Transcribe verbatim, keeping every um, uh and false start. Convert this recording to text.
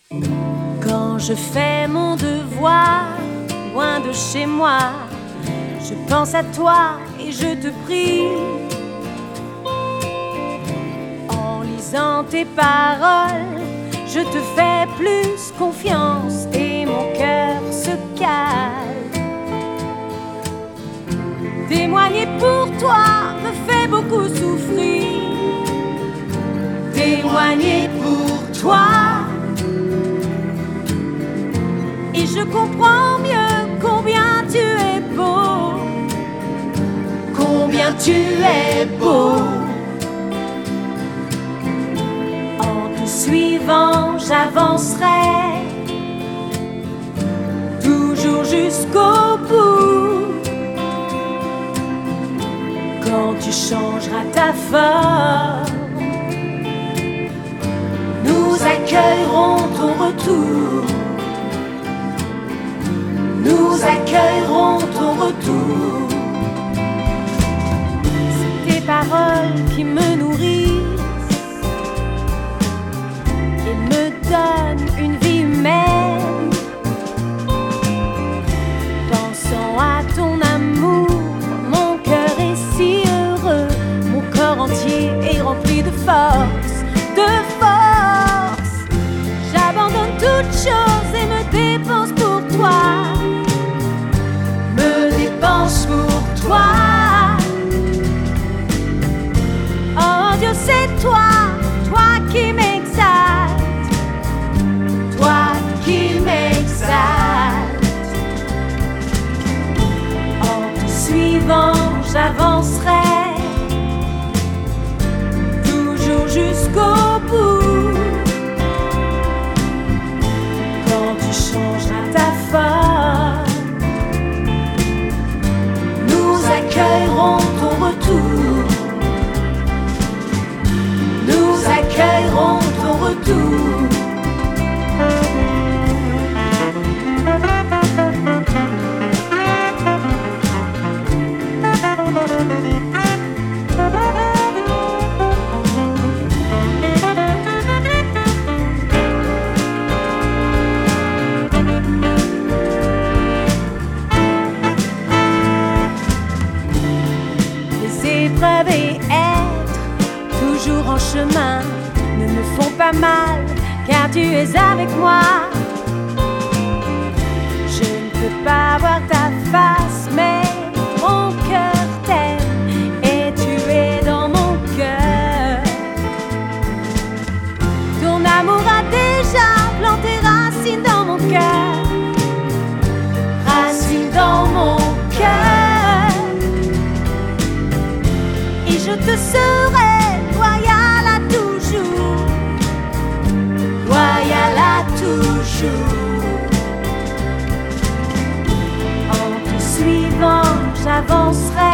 Quand je fais mon devoir, loin de chez moi, je pense à toi et je te prie. En lisant tes paroles, je te fais plus confiance et mon cœur se calme. Témoigner pour toi me fait beaucoup souffrir. Témoigner pour toi, et je comprends mieux combien tu es beau, combien tu es beau. En te suivant, j'avancerai toujours jusqu'au bout. Quand tu changeras ta forme, nous accueillerons ton retour. Nous accueillerons ton retour. C'est tes paroles qui me nourrissent et me donnent une vie humaine. Pensant à ton amour, mon cœur est si heureux. Mon corps entier est rempli de force, de force. J'abandonne toutes choses et me dépense pour toi. Me dépense pour toi. Oh Dieu, c'est toi, toi qui m'exalte, toi qui m'exalte. En te suivant, j'avancerai toujours jusqu'au bout. Quand tu changeras ta forme, nous accueillerons ton retour. Nous accueillerons ton retour. Les épreuves et être toujours en chemin ne me font pas mal, car tu es avec moi. Je ne peux pas voir ta face, mais mon cœur t'aime et tu es dans mon cœur. Ton amour a déjà planté racine dans mon cœur, racine dans mon cœur. Et je te serai loyal à toujours, loyal à toujours. En te suivant, j'avancerai